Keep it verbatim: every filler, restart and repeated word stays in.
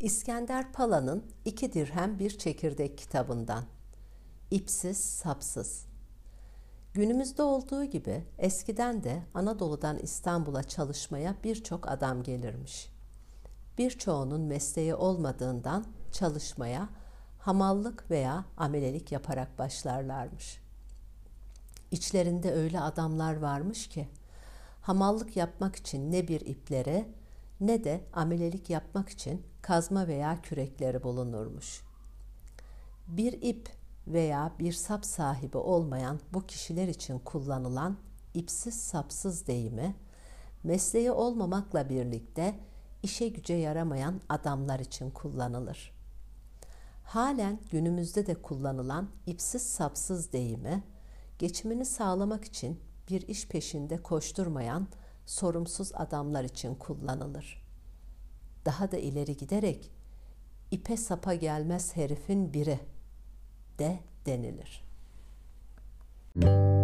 İskender Pala'nın İki Dirhem Bir Çekirdek kitabından. İpsiz sapsız. Günümüzde olduğu gibi eskiden de Anadolu'dan İstanbul'a çalışmaya birçok adam gelirmiş. Birçoğunun mesleği olmadığından çalışmaya hamallık veya amelelik yaparak başlarlarmış. İçlerinde öyle adamlar varmış ki hamallık yapmak için ne bir ipleri ne de amelelik yapmak için kazma veya kürekleri bulunurmuş. Bir ip veya bir sap sahibi olmayan bu kişiler için kullanılan ipsiz sapsız deyimi, mesleği olmamakla birlikte işe güce yaramayan adamlar için kullanılır. Halen günümüzde de kullanılan ipsiz sapsız deyimi, geçimini sağlamak için bir iş peşinde koşturmayan sorumsuz adamlar için kullanılır. Daha da ileri giderek ipe sapa gelmez herifin biri de denilir.